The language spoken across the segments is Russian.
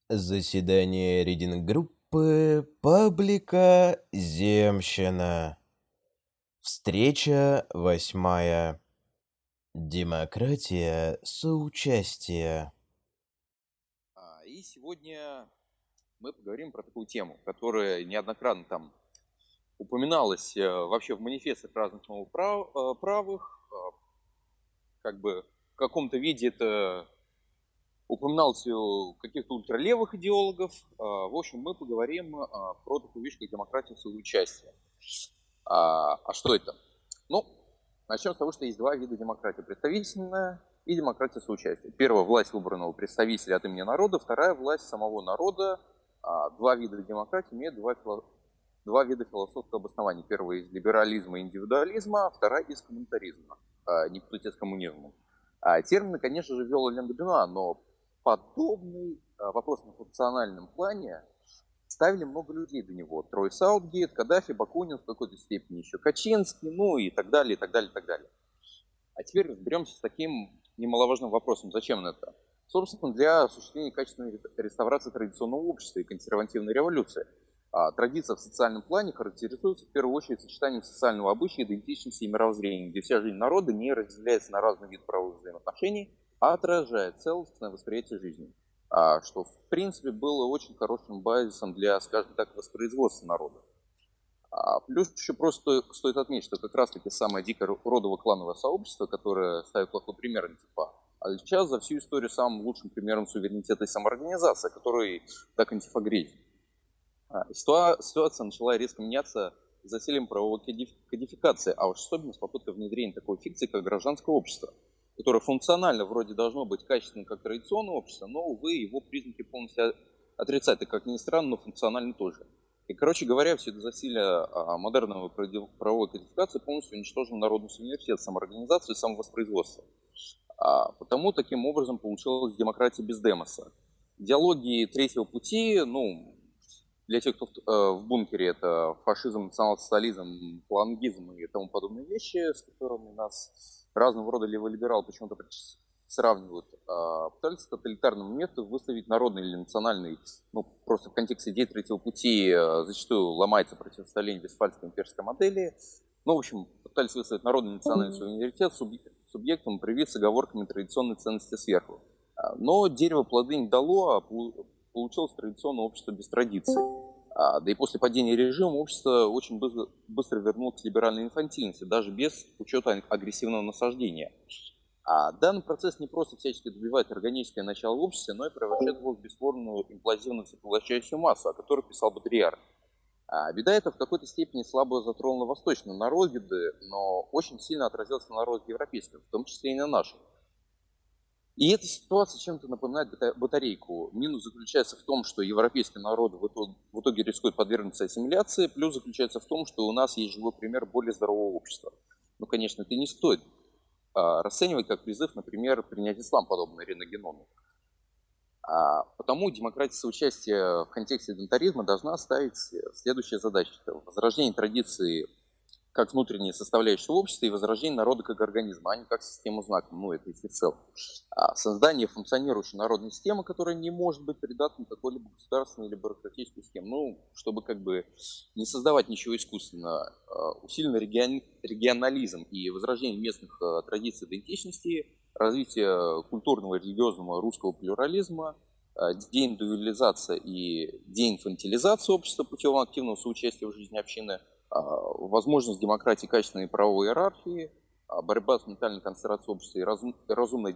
Заседание рейдинг-группы паблика «Земщина». Встреча 8. Демократия соучастия. И сегодня мы поговорим про такую тему, которая неоднократно там упоминалась вообще в манифестах разных правых. Как бы в каком-то виде это упоминалось у каких-то ультралевых идеологов. В общем, мы поговорим про такую вещь, как демократия соучастия. А что это? Ну, начнем с того, что есть два вида демократии. Представительная и демократия соучастия. Первая – власть выбранного представителя от имени народа, вторая – власть самого народа. Два вида демократии имеют два вида философского обоснования. Первая из либерализма и индивидуализма, вторая из коммунитаризма. Не путайте с коммунизмом. Термины, конечно же, ввел Ален де Бенуа, но подобный вопрос на функциональном плане ставили много людей до него. Трой Саутгейт, Каддафи, Бакунин, в какой-то степени еще Качинский, ну и так далее, и так далее, и так далее. А теперь разберемся с таким немаловажным вопросом. Зачем это? Собственно, для осуществления качественной реставрации традиционного общества и консервативной революции. Традиция в социальном плане характеризуется в первую очередь сочетанием социального обычая, идентичности и мировоззрения, где вся жизнь народа не разделяется на разные виды правовых взаимоотношений, а отражает целостное восприятие жизни. Что, в принципе, было очень хорошим базисом для, скажем так, воспроизводства народа. Плюс еще просто стоит отметить, что как раз-таки самое дикое родово-клановое сообщество, которое ставит плохой пример антифа, а сейчас за всю историю самым лучшим примером суверенитета и самоорганизации, который так антифа грезит. Ситуация начала резко меняться с засилием правовой кодификации, а уж особенно с попыткой внедрения такой фикции, как гражданское общество, которое функционально вроде должно быть качественным, как традиционное общество, но, увы, его признаки полностью отрицают, и, как ни странно, но функционально тоже. И, короче говоря, все это засилие модерного правовой кодификации полностью уничтожило народный суверенитет, самоорганизацию и самовоспроизводство. Потому таким образом получилась демократия без демоса. Идеологии третьего пути, для тех, кто в бункере, это фашизм, национал-социализм, фалангизм и тому подобные вещи, с которыми нас разного рода леволибералы почему-то сравнивают, пытались тоталитарным методом выставить народный или национальный, просто в контексте идей третьего пути зачастую ломается противостояние вестфальской имперской модели. В общем, пытались выставить народный и национальный суверенитет субъектом, привить с оговорками традиционной ценности сверху. Но дерево плоды не дало, получилось традиционное общество без традиций. Да и после падения режима общество очень быстро вернулось к либеральной инфантильности, даже без учета агрессивного насаждения. Данный процесс не просто всячески добивает органическое начало в обществе, но и превращает его в бесформенную, имплазивную, всепоглощающую массу, о которой писал Бодрияр. Беда эта в какой-то степени слабо затронула восточные народы, но очень сильно отразилась на народах европейских, в том числе и на наших. И эта ситуация чем-то напоминает батарейку. Минус заключается в том, что европейские народы в итоге рискуют подвергнуться ассимиляции, плюс заключается в том, что у нас есть живой пример более здорового общества. Конечно, это не стоит расценивать как призыв, например, принять ислам, подобно Ирине Генону. Потому демократия соучастия в контексте идентаризма должна ставить следующие задачи. Это возрождение традиции как внутренней составляющей общества и возрождение народа как организма, а не как систему знаков, это если в целом. Создание функционирующей народной системы, которая не может быть придатна какой-либо государственной или бюрократической системе, чтобы не создавать ничего искусственно. Усиленный регионализм и возрождение местных традиций идентичности, развитие культурного и религиозного русского плюрализма, деиндивидуализация и деинфантилизация общества путем активного соучастия в жизни общины, возможность демократии, качественной правовой иерархии, борьба с ментальной концентрацией общества и разумное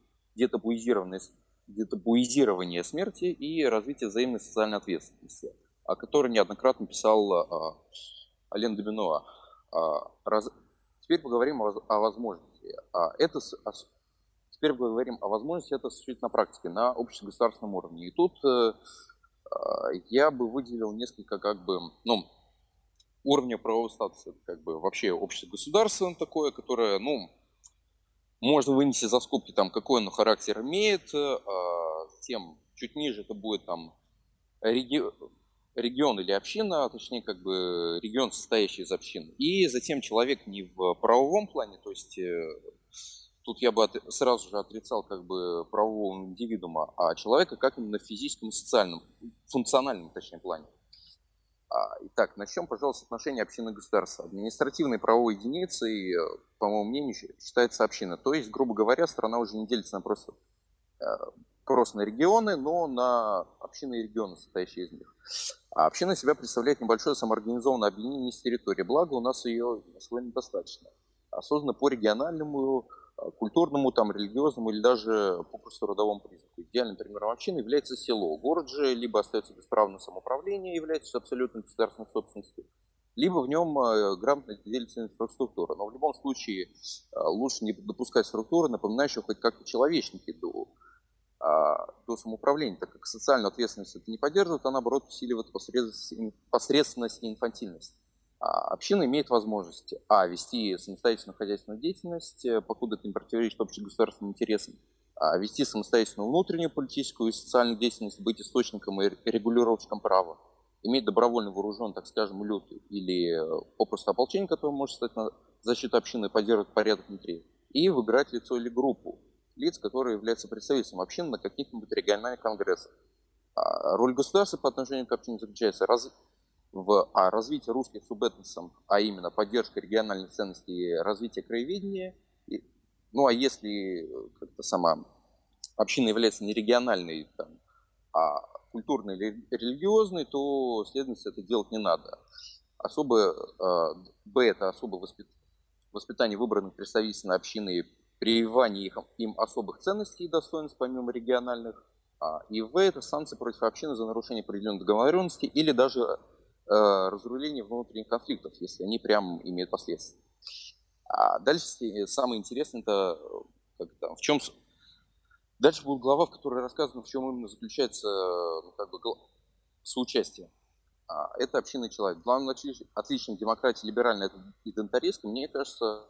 детабуизирование смерти и развитие взаимной социальной ответственности, о которой неоднократно писал Ален де Бенуа. Теперь поговорим о возможности. Теперь поговорим о возможности это осуществить на практике, на общегосударственном уровне. И тут я бы выделил несколько уровня правового статуса. Вообще общество государственное такое, которое, можно вынести за скобки, какой оно характер имеет. Затем чуть ниже это будет регион или община, точнее, регион, состоящий из общин. И затем человек не в правовом плане, то есть тут я бы сразу же отрицал как бы правового индивидуума, а человека как именно в физическом и социальном, функциональном, точнее, плане. Итак, начнем, пожалуйста, с отношения общины и государства. Административной правовой единицей, по моему мнению, считается община. То есть, грубо говоря, страна уже не делится на просто на регионы, но на общины и регионы, состоящие из них. А община себя представляет небольшое самоорганизованное объединение с территории, благо у нас ее освоено достаточно. Осознанно по региональному, культурному, там, религиозному или даже попросту родовому признаку. Идеальным примером общины является село. Город же либо остается бесправным самоуправлением, является абсолютно государственной собственностью, либо в нем грамотно делится инфраструктура. Но в любом случае лучше не допускать структуры, напоминающие хоть как-то человечники до самоуправления, так как социальную ответственность это не поддерживает, а наоборот усиливает посредственность и инфантильность. Община имеет возможность вести самостоятельную хозяйственную деятельность, покуда это не противоречит общегосударственным интересам, вести самостоятельную внутреннюю политическую и социальную деятельность, быть источником и регулировщиком права, иметь добровольно вооружен, так скажем, люд или попросту ополчение, которое может стать на защиту общины и поддерживать порядок внутри, и выбирать лицо или группу лиц, которые являются представителем общины на каких-нибудь региональных конгрессах. Роль государства по отношению к общине заключается в развитии русских субэтносом, а именно поддержка региональных ценностей и развитие краеведения. Ну а если как-то сама община является не региональной, а культурной или религиозной, то, следовательно, это делать не надо. Это особое воспитание выбранных представителей общины, прививание им особых ценностей и достоинств, помимо региональных. И это санкции против общины за нарушение определенной договоренности или даже разруление внутренних конфликтов, если они прям имеют последствия. Дальше самое интересное, в чем... Дальше будет глава, в которой рассказано, в чем именно заключается соучастие. Это общинный человек. Главным отличием демократии либеральной и донтарийской, мне кажется,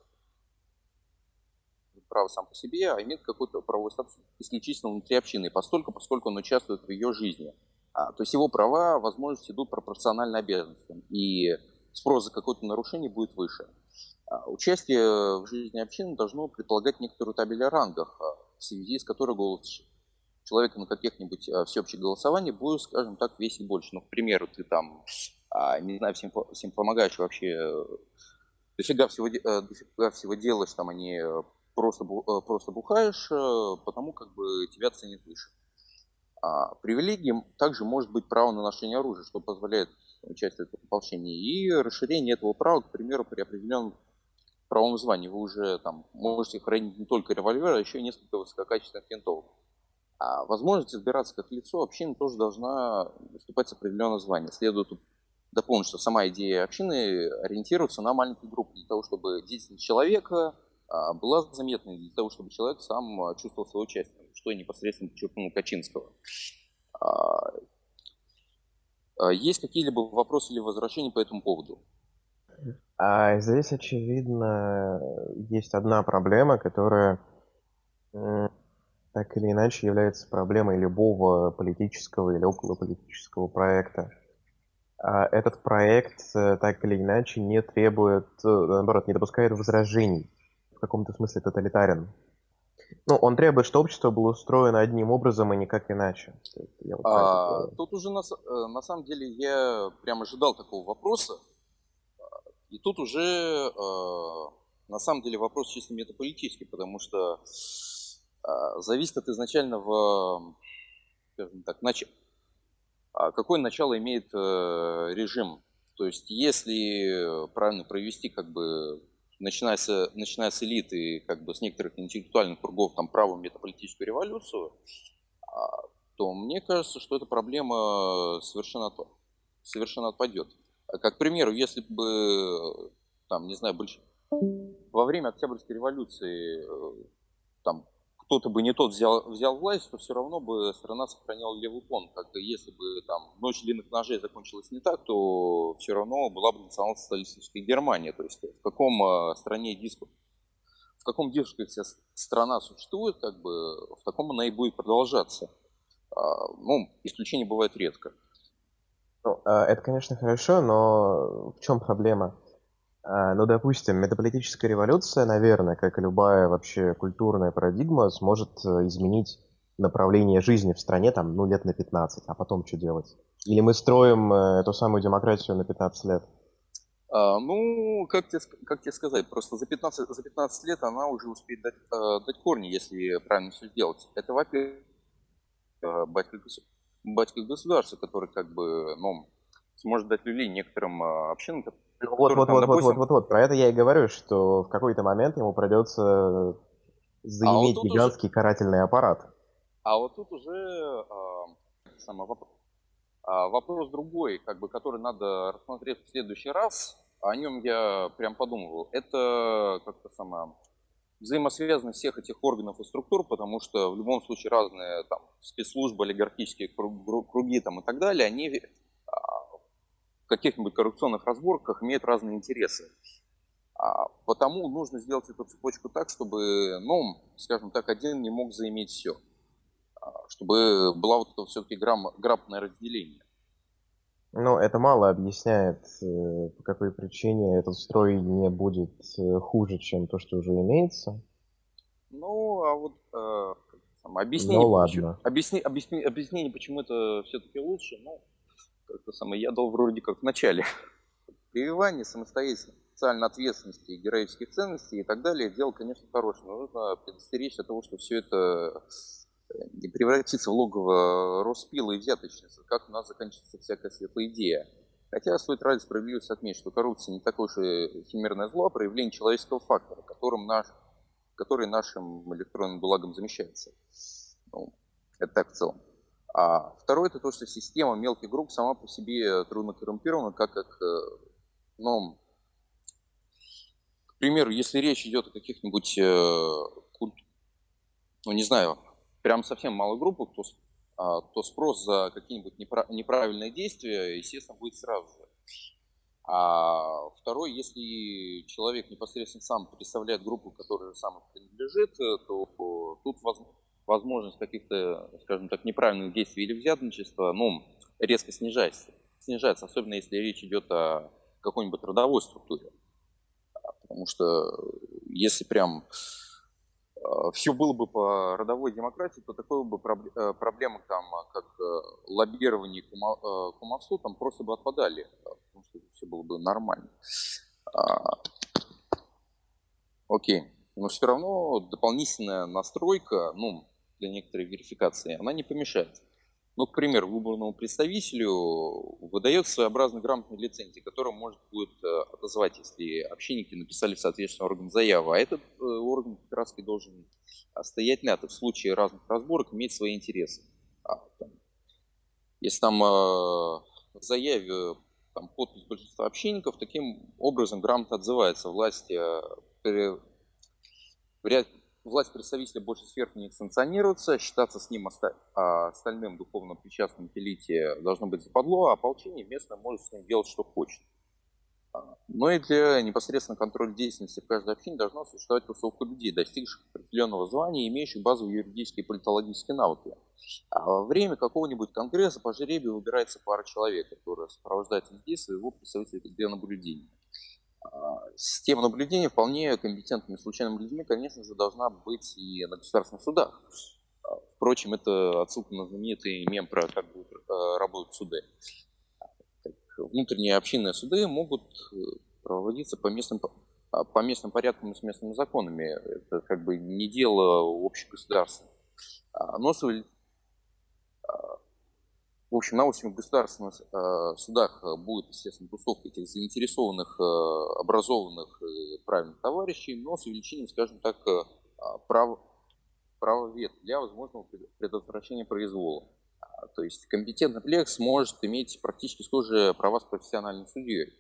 право сам по себе, а имеет какой-то правовой статус исключительно внутри общины, поскольку он участвует в ее жизни. То есть его права, возможности идут пропорционально обязанностям, и спрос за какое-то нарушение будет выше. Участие в жизни общины должно предполагать некоторую табель о рангах, в связи с которой голос человека на каких-нибудь всеобщих голосованиях будет, скажем так, весить больше. Ну, к примеру, ты там, не знаю, всем помогаешь вообще, дофига всего делаешь, там, они просто бухаешь, потому как бы тебя ценят выше. Привилегием также может быть право на ношение оружия, что позволяет участвовать в ополчении. И расширение этого права, к примеру, при определенном правом звании. Вы уже там можете хранить не только револьвер, а еще и несколько высококачественных винтовок. Возможность избираться как лицо общины тоже должна выступать с определенного звания. Следует дополнить, что сама идея общины ориентируется на маленькие группы, для того, чтобы деятельность человека была заметной, для того, чтобы человек сам чувствовал свое участие, что непосредственно подчеркнул Качинского. Есть какие-либо вопросы или возвращения по этому поводу? Здесь, очевидно, есть одна проблема, которая так или иначе является проблемой любого политического или околополитического проекта. Этот проект так или иначе не требует, наоборот, не допускает возражений. В каком-то смысле тоталитарен. Ну, он требует, что общество было устроено одним образом и никак иначе. Тут уже на самом деле я прям ожидал такого вопроса. И тут уже на самом деле вопрос чисто метаполитический, потому что зависит от изначального, скажем так, какое начало имеет режим. То есть если правильно провести, как бы, начиная с элиты, как бы с некоторых интеллектуальных кругов, там, правую метаполитическую революцию, то мне кажется, что эта проблема совершенно отпадет. Как, к примеру, если бы, там, не знаю, во время Октябрьской революции там кто-то бы не тот взял власть, то все равно бы страна сохраняла левый фон. Как если бы там ночь длинных ножей закончилась не так, то все равно была бы национал-социалистическая Германия. То есть в каком дискурсе страна существует, как бы в таком она и будет продолжаться. Ну, исключения бывают редко. Ну, это, конечно, хорошо, но в чем проблема? Ну, допустим, метаполитическая революция, наверное, как и любая вообще культурная парадигма, сможет изменить направление жизни в стране там, ну, лет на 15, а потом что делать? Или мы строим эту самую демократию на 15 лет? Ну, как тебе сказать, просто за 15 лет она уже успеет дать корни, если правильно все сделать. Это, во-первых, батька, батька государства, который как бы, ну, сможет дать люлей некоторым общинам, Ну, вот, которые вот, там, вот, вот, вот, допустим, вот, вот. Про это я и говорю, что в какой-то момент ему придется а вот заиметь тут уже, гигантский карательный аппарат. а вот тут уже самый вопрос. Вопрос другой, как бы, который надо рассмотреть в следующий раз, о нем я прям подумывал. Это как-то сама взаимосвязанность всех этих органов и структур, потому что в любом случае разные там, спецслужбы, олигархические круги там, и так далее, они в каких-нибудь коррупционных разборках имеют разные интересы. Потому нужно сделать эту цепочку так, чтобы, ну, скажем так, один не мог заиметь все. Чтобы было вот это все-таки грамотное разделение. Но это мало объясняет, по какой причине этот строй не будет хуже, чем то, что уже имеется. Ну, а вот Но объяснение, ладно. объяснение, почему это все-таки лучше, ну, как-то самое, я дал вроде как в начале. Прививание самостоятельной социальной ответственности, героических ценностей и так далее, дело, конечно, хорошее, но нужно предостеречь от того, что все это не превратится в логово Роспила и взяточницы, как у нас заканчивается всякая светлая идея. Хотя стоит ради справедливости отметить, что коррупция не такое уж и всемирное зло, а проявление человеческого фактора, который нашим электронным благом замещается. Ну, это так в целом. А второе, это то, что система мелких групп сама по себе трудно коррумпирована, ну, к примеру, если речь идет о каких-нибудь, ну, не знаю, прям совсем малых группах, то спрос за какие-нибудь неправильные действия, естественно, будет сразу же. А второй, если человек непосредственно сам представляет группу, которой сам принадлежит, то тут возможность каких-то, скажем так, неправильных действий или взятничества, ну, резко снижается, особенно если речь идет о какой-нибудь родовой структуре. Потому что если прям все было бы по родовой демократии, то такой бы проблемы там, как лоббирование кумовство, там просто бы отпадали, потому что все было бы нормально. Окей. Но все равно дополнительная настройка, ну, для некоторой верификации, она не помешает. Ну, к примеру, выборному представителю выдается своеобразный грамотный лицензий, который может будет отозвать, если общинники написали соответствующий орган заяву. А этот орган как раз и должен стоять на это в случае разных разборок, иметь свои интересы. Если там в заяве там, подпись большинства общинников, таким образом грамотно отзывается власть власть представителя больше сверху не санкционируется, считаться с ним остальным духовно причастным к элите должно быть западло, а ополчение местное может с ним делать, что хочет. Но и для непосредственно контроля деятельности в каждой общине должна существовать тусовка людей, достигших определенного звания и имеющих базовые юридические и политологические навыки. А во время какого-нибудь конгресса по жребию выбирается пара человек, которые сопровождают везде своего представителя для наблюдения. Система наблюдения вполне компетентными случайными людьми, конечно же, должна быть и на государственных судах. Впрочем, это отсылка на знаменитый мем про как будут работать суды. Внутренние общинные суды могут проводиться по местным порядкам и с местными законами. Это как бы не дело общегосударственное. Но в общем, на общем государственных судах будет, естественно, тусовка этих заинтересованных, образованных и правильных товарищей, но с увеличением, скажем так, права вето для возможного предотвращения произвола. То есть компетентный плекс может иметь практически схожие права с профессиональным судьей.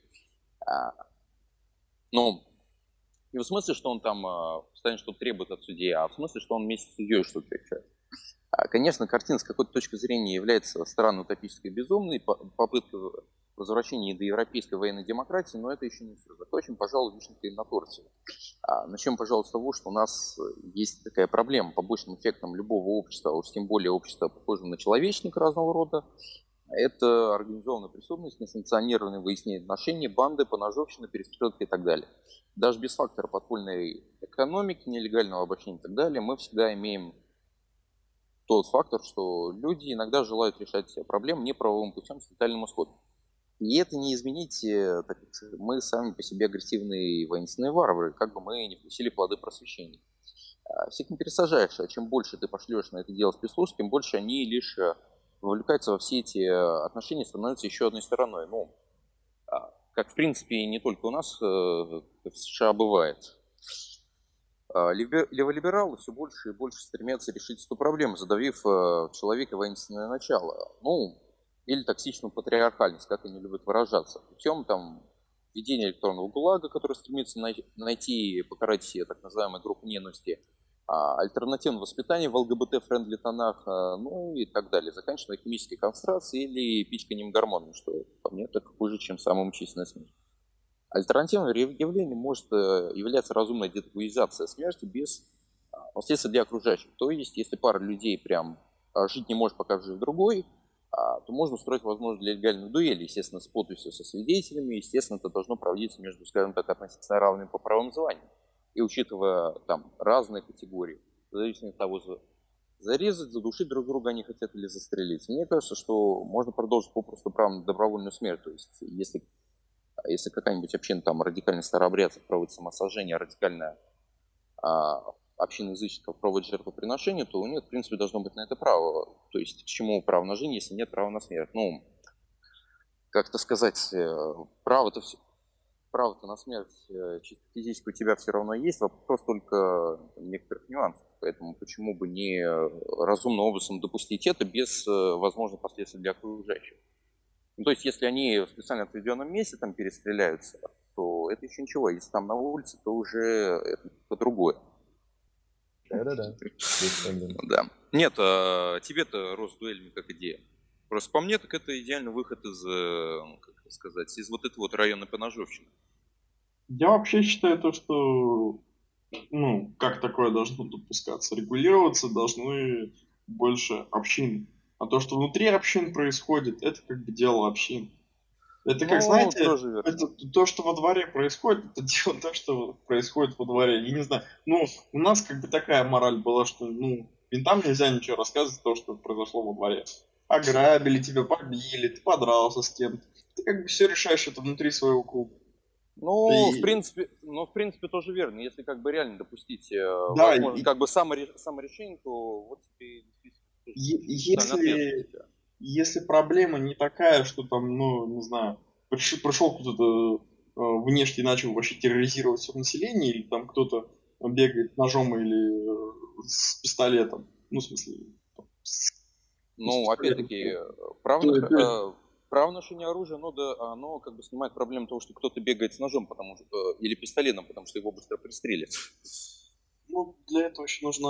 Но не в смысле, что он там постоянно что-то требует от судьи, а в смысле, что он вместе с судьей что-то решает. Конечно, картина с какой-то точки зрения является странно утопической и безумной, попытка возвращения до европейской военной демократии, но это еще не все. Закончим, пожалуй, вишенкой на торте. Начнем, пожалуй, с того, что у нас есть такая проблема. Побочным эффектом любого общества, а уж тем более общества, похожего на человечник разного рода, Это организованная преступность, несанкционированное выяснение отношений, банды, поножовщина, перестрелки и так далее. Даже без фактора подпольной экономики, нелегального обогащения и так далее, мы всегда имеем тот фактор, что люди иногда желают решать проблемы неправовым путем с летальным исходом. И это не изменить, так как мы сами по себе агрессивные воинственные варвары, как бы мы не вкусили плоды просвещения. Всех не пересажаешь, а чем больше ты пошлешь на это дело спецслужб, тем больше они лишь вовлекаются во все эти отношения, становятся еще одной стороной. Ну, как в принципе не только у нас в США бывает. Леволибералы все больше и больше стремятся решить эту проблему, задавив в человека воинственное начало. Ну, или токсичную патриархальность, как они любят выражаться. Путем там введения электронного ГУЛАГа, который стремится найти и покарать все так называемые группы ненависти, альтернативное воспитание в ЛГБТ-френдли тонах, ну и так далее, заканчивая химической кастрацией или пичканием гормонами, что по мне так хуже, чем самая мучительная смерть. Альтернативным явлением может являться разумная детабуизация смерти без последствий для окружающих. То есть, если пара людей прям жить не может, пока жив другой, то можно устроить возможность для легальной дуэли, естественно, с подписью со свидетелями, естественно, это должно проводиться между, скажем так, относительно равными по правам званиям. И учитывая там разные категории, в зависимости от того, зарезать, задушить друг друга они хотят или застрелить. Мне кажется, что можно продолжить попросту право на добровольную смерть. То есть, если какая-нибудь община там радикально старообрядцев проводит самосожжение, радикальная община язычников проводит жертвоприношение, то у них, в принципе, должно быть на это право. То есть, к чему право на жизнь, если нет права на смерть? Ну, как-то сказать, право-то на смерть чисто физически у тебя все равно есть, вопрос только некоторых нюансов. Поэтому почему бы не разумным образом допустить это без возможных последствий для окружающих? Ну, то есть, если они в специально отведенном месте там перестреляются, то это еще ничего. Если там на улице, то уже это другое. Да-да-да. Да. Нет, тебе-то рост дуэлями как идея. Просто по мне, так это идеальный выход из, как это сказать, из вот этого вот района поножовщины. Я вообще считаю то, что, ну, как такое должно допускаться? Регулироваться должны больше общин. А то, что внутри общин происходит, это как бы дело общин. Это как, знаете, тоже верно. это то, что во дворе происходит, это дело то, что происходит во дворе. Я не знаю, ну, у нас как бы такая мораль была, что, ну, ментам нельзя ничего рассказывать, то, что произошло во дворе. Ограбили тебя, побили, ты подрался с кем-то. Ты как бы все решаешь это внутри своего круга. Ну, И- в принципе, тоже верно. Если как бы реально допустить Да, возможность как бы саморешение, то вот тебе и действительно социальная если, ответственность. Да. если проблема не такая, что там, ну, не знаю, пришел кто-то внешне начал вообще терроризировать все население, или там кто-то бегает с ножом или с пистолетом, ну, в смысле, с Ну, пистолетом, опять-таки, право ношения оружия, оно как бы снимает проблему того, что кто-то бегает с ножом, или пистолетом, потому что его быстро пристрелят. ну, для этого еще нужна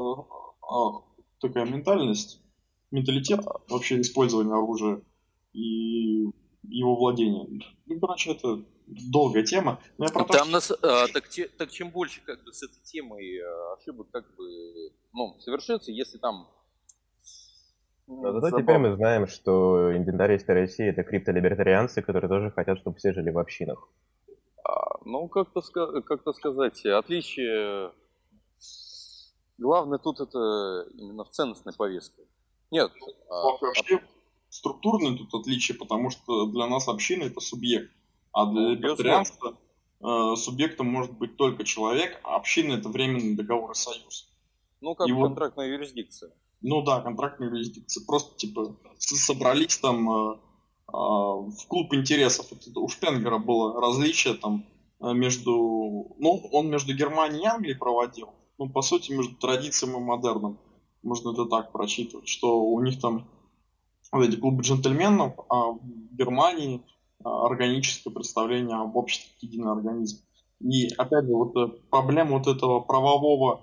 такая менталитет вообще использования оружия и его владения. Ну, короче, это долгая тема. Но я про то, что... Так чем больше как бы с этой темой ошибок как бы, ну, совершится, если там Но зато теперь мы знаем, что индентаристы России — это криптолибертарианцы, которые тоже хотят, чтобы все жили в общинах. Ну, как-то сказать, отличие... Главное тут это именно в ценностной повестке. Нет. Вообще структурное тут отличие, потому что для нас община — это субъект. А для либертарианства субъектом может быть только человек, а община — это временный договор и союз. Ну, как контрактная юрисдикция. Ну да, контрактная юрисдикция. Просто типа собрались там в клуб интересов. Это у Шпенгера было различие там между... Ну, он между Германией и Англией проводил. Ну, по сути, между традицией и модерном. Можно это так прочитывать, что у них там вот эти клубы джентльменов, а в Германии органическое представление об обществе как единый организм. И опять же, вот проблема вот этого правового,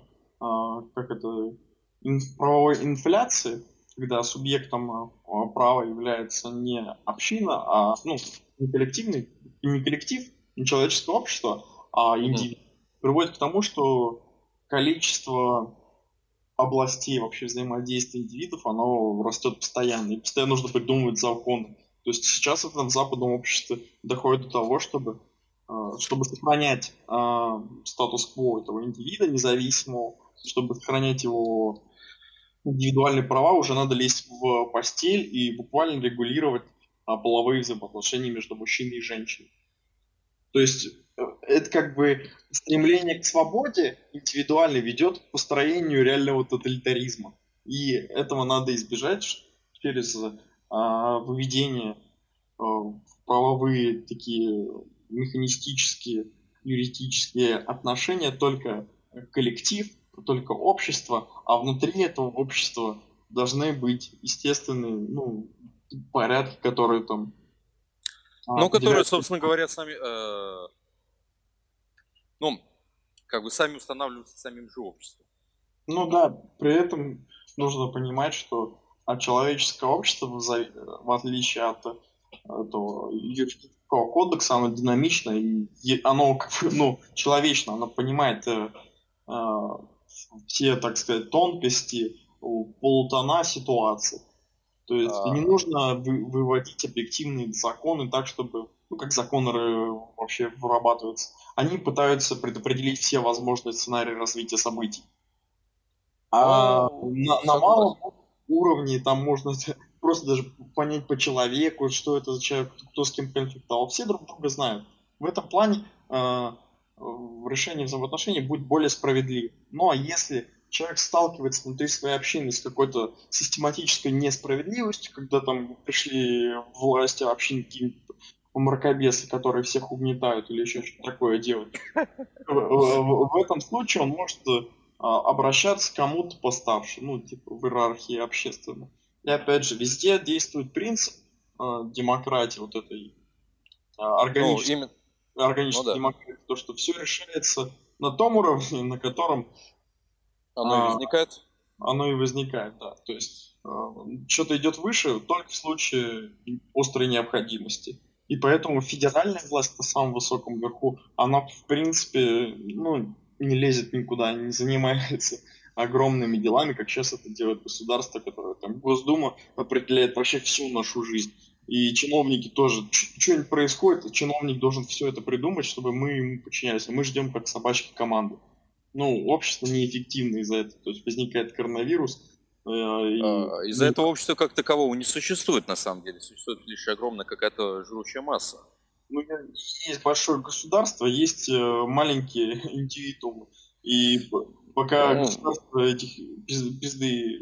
правовой инфляции, когда субъектом права является не община, а ну, не коллектив, не человеческое общество, а индивид, приводит к тому, что количество областей вообще взаимодействия индивидов, оно растет постоянно, и постоянно нужно придумывать законы. То есть сейчас в этом западном обществе доходит до того, чтобы сохранять статус-кво этого индивида независимого, чтобы сохранять его индивидуальные права, уже надо лезть в постель и буквально регулировать половые взаимоотношения между мужчиной и женщиной. То есть это как бы стремление к свободе индивидуально ведет к построению реального тоталитаризма. И этого надо избежать через выведение в правовые такие механистические, юридические отношения только коллектив, только общество, а внутри этого общества должны быть естественные порядки, которые там Ну, которые, собственно говоря, сами, как бы сами устанавливаются самим же обществом. Ну да, при этом нужно понимать, что человеческое общество, в отличие от этого юридического кодекса, оно динамично, и оно как бы, человечно, оно понимает все, так сказать, тонкости, полутона ситуации. То есть не нужно выводить объективные законы так, чтобы, как законы вообще вырабатываются. Они пытаются предопределить все возможные сценарии развития событий. А на малом уровне там можно просто даже понять по человеку, что это за человек, кто с кем конфликтовал. Все друг друга знают. В этом плане решение взаимоотношений будет более справедливым. Ну а если человек сталкивается внутри своей общины с какой-то систематической несправедливостью, когда там пришли власти общины какие-нибудь мракобесы, которые всех угнетают или еще что-то такое делают, в этом случае он может обращаться к кому-то постарше, типа в иерархии общественной. И опять же, везде действует принцип демократии, вот этой органической демократии, то, что все решается на том уровне, на котором оно и возникает. Оно и возникает, да. То есть что-то идет выше только в случае острой необходимости. И поэтому федеральная власть на самом высоком верху, она в принципе, не лезет никуда, не занимается огромными делами, как сейчас это делает государство, которое там Госдума определяет вообще всю нашу жизнь. И чиновники тоже, что-нибудь происходит, чиновник должен все это придумать, чтобы мы ему подчинялись. А мы ждем как собачки команду. Общество неэффективно из-за этого. То есть возникает коронавирус. Из-за этого общества как такового не существует на самом деле. Существует лишь огромная какая-то жрущая масса. Есть большое государство, есть маленькие индивидуумы. И пока государство этих пизды,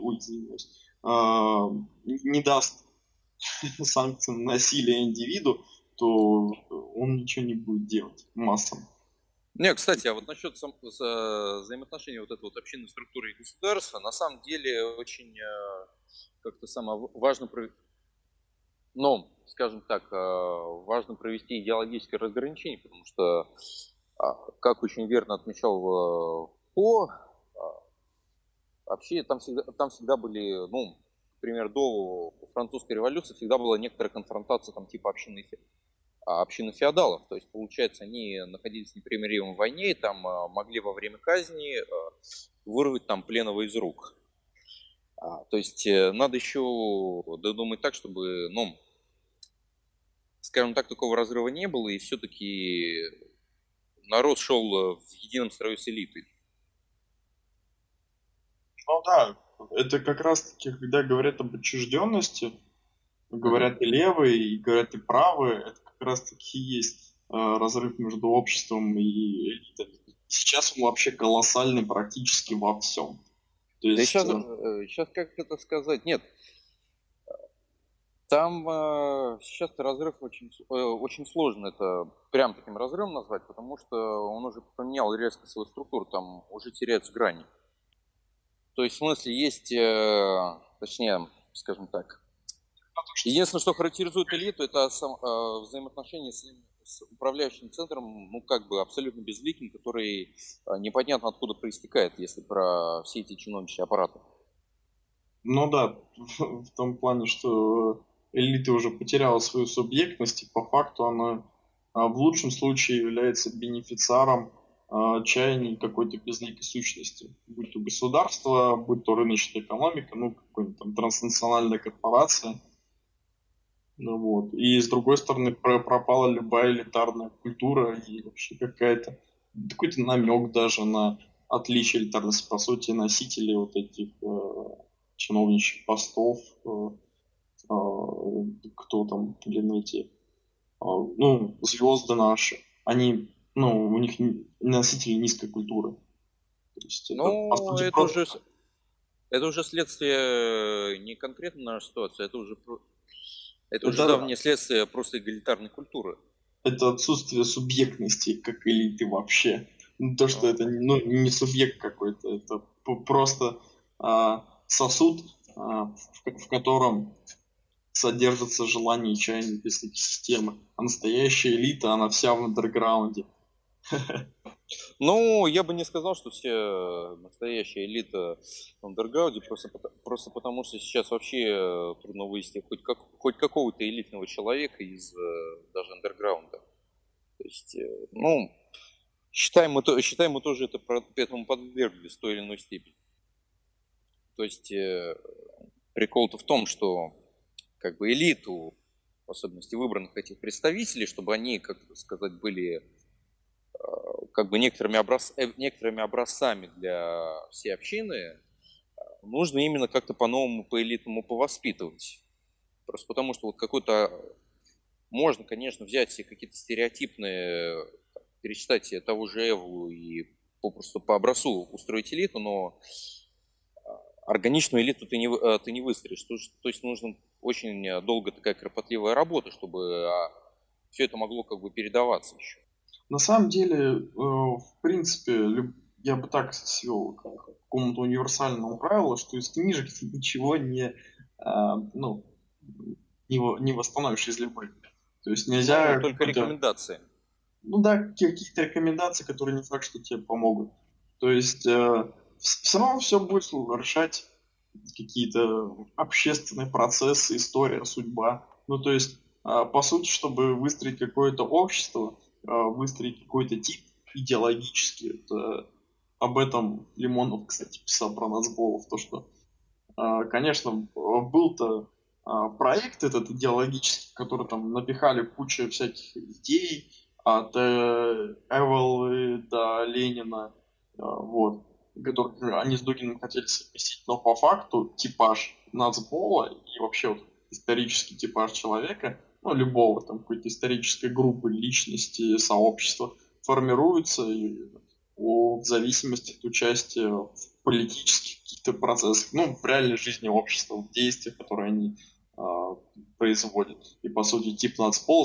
не даст санкций на насилие индивиду, то он ничего не будет делать массам. Не, кстати, а вот насчет взаимоотношений вот этой вот общинной структуры и государства, на самом деле очень как-то важно, скажем так, важно провести идеологическое разграничение, потому что, как очень верно отмечал По, вообще там всегда были, например, до французской революции всегда была некоторая конфронтация там типа общины феодалов. То есть, получается, они находились в непримиримой войне, и там могли во время казни вырвать там пленного из рук. То есть, надо еще додумать так, чтобы, скажем так, такого разрыва не было, и все-таки народ шел в едином строю с элитой. Ну да, это как раз-таки, когда говорят об отчужденности, говорят и левые, и говорят и правые, это как раз-таки и есть разрыв между обществом и элитой. Сейчас он вообще колоссальный практически во всем. То есть, сейчас как это сказать? Нет, там сейчас разрыв очень сложно это прям таким разрывом назвать, потому что он уже поменял резко свою структуру, там уже теряются грани. То есть, в смысле, есть, точнее, скажем так, единственное, что характеризует элиту, это взаимоотношения с управляющим центром, как бы абсолютно безликим, который непонятно откуда проистекает, если про все эти чиновничьи аппараты. Ну да, в том плане, что элита уже потеряла свою субъектность, и по факту она в лучшем случае является бенефициаром чаяний какой-то безликой сущности, будь то государство, будь то рыночная экономика, ну, какая-нибудь там транснациональная корпорация. Ну, вот. И с другой стороны, пропала любая элитарная культура и вообще какой-то намек даже на отличие элитарности, по сути, носителей вот этих чиновничьих постов, кто там, блин, эти, ну, звезды наши, они, ну, у них носители низкой культуры. То есть это, по Ну, сути, просто... это уже следствие не конкретно нашей ситуации, это уже Это, давнее следствие просто эгалитарной культуры. это отсутствие субъектности как элиты вообще. Ну, то, что это ну, не субъект какой-то, это просто сосуд, в котором содержится желание и чаяние без этой системы. А настоящая элита, она вся в андерграунде. Ну, я бы не сказал, что все настоящая элита в андерграунде, просто потому что сейчас вообще трудно вывести хоть какого-то элитного человека из даже андерграунда. То есть, ну, считаем мы тоже этому подверглись в той или иной степени. То есть, прикол-то в том, что как бы элиту, в особенности выбранных этих представителей, чтобы они, как сказать, были как бы некоторыми образцами для всей общины, нужно именно как-то по-новому, по-элитному повоспитывать. Просто потому что вот какой-то... Можно, конечно, взять себе какие-то стереотипные, перечитать того же Эву и попросту по образцу устроить элиту, но органичную элиту ты не выстроишь. То есть нужно очень долго такая кропотливая работа, чтобы все это могло как бы передаваться еще. На самом деле, в принципе, я бы так свел к какому-то универсальному правилу, что из книжек ты ничего ну, не восстановишь из любых. То есть нельзя... Ну, только рекомендации. Ну да, какие-то рекомендации, которые не факт, что тебе помогут. То есть все равно все будет решать какие-то общественные процессы, история, судьба. Ну то есть, по сути, чтобы выстроить какое-то общество, выстроить какой-то тип идеологический, это об этом Лимонов, кстати, писал про нацболов, то что, конечно, был-то проект этот идеологический, который там напихали кучу всяких идей, от Эвелы до Ленина, вот, которые они с Дугиным хотели совместить, но по факту типаж нацбола и вообще вот исторический типаж человека, ну, любого там какой-то исторической группы, личности, сообщества, формируется в зависимости от участия в политических каких-то процессах, ну, в реальной жизни общества, в действиях, которые они производят. И, по сути, тип нацпола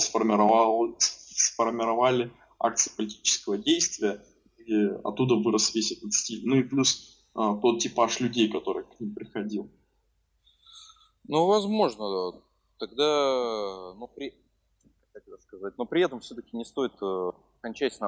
сформировали акции политического действия, и оттуда вырос весь этот стиль. Ну и плюс тот типаж людей, который к ним приходил. Ну, возможно, тогда, но при этом все-таки не стоит окончательно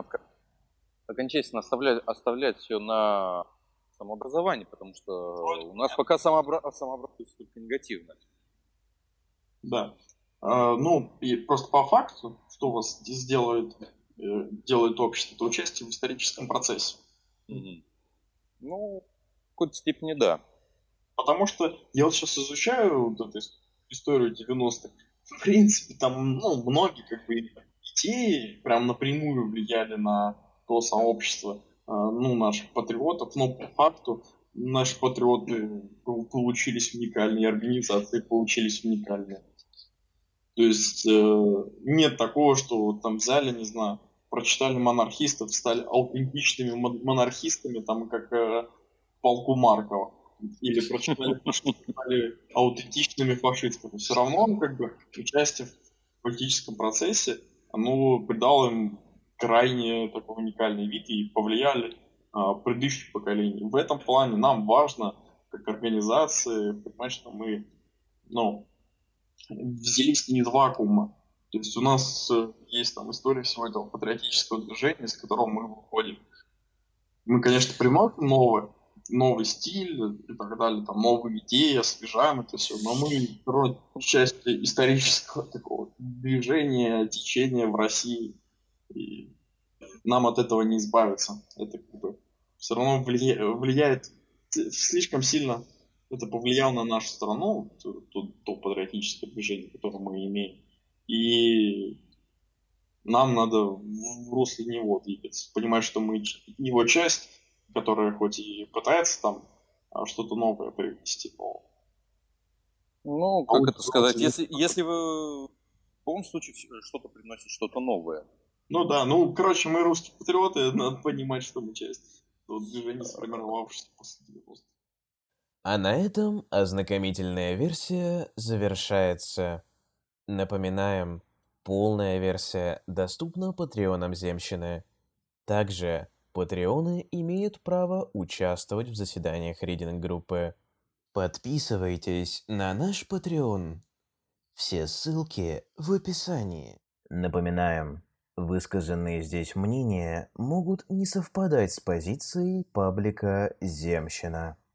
оставлять все на самообразование, потому что у нас пока самообразование только негативное. Да. Ну, и просто по факту, что у вас здесь делает общество, это участие в историческом процессе. Mm-hmm. Ну, в какой-то степени да. Потому что я вот сейчас изучаю вот эту историю 90-х. В принципе, там, ну, многие как бы идеи прям напрямую влияли на то сообщество, ну, наших патриотов, но по факту наши патриоты получились уникальные, организации получились уникальные. То есть нет такого, что вот там взяли, не знаю, прочитали монархистов, стали аутентичными монархистами, там, как полку Маркова. Или прочитали фашистов, стали аутентичными фашистами. Все равно, как бы, участие в политическом процессе, оно придало им крайне такой уникальный вид и повлияли предыдущих поколений. В этом плане нам важно, как организации, понимать, что мы, ну, взялись не из вакуума. То есть у нас есть там история всего этого патриотического движения, с которого мы выходим. Мы, конечно, приносим новый стиль и так далее, там новые идеи, освежаем это все, но мы все равно часть исторического такого движения, течения в России. И нам от этого не избавиться. Это как бы все равно влияет слишком сильно. Это повлияло на нашу страну, то патриотическое движение, которое мы имеем. И нам надо в русле него двигаться. Понимать, что мы его часть, которая хоть и пытается там что-то новое привнести, но... Ну, как это сказать, если вы в любом случае что-то приносит, что-то новое. Ну да, ну, короче, мы русские патриоты, надо понимать, что мы часть движения, сформировавшегося после 90-х. А на этом ознакомительная версия завершается. Напоминаем, полная версия доступна патреонам Земщины. Также патреоны имеют право участвовать в заседаниях рейдинг-группы. Подписывайтесь на наш Patreon. Все ссылки в описании. Напоминаем, высказанные здесь мнения могут не совпадать с позицией паблика Земщина.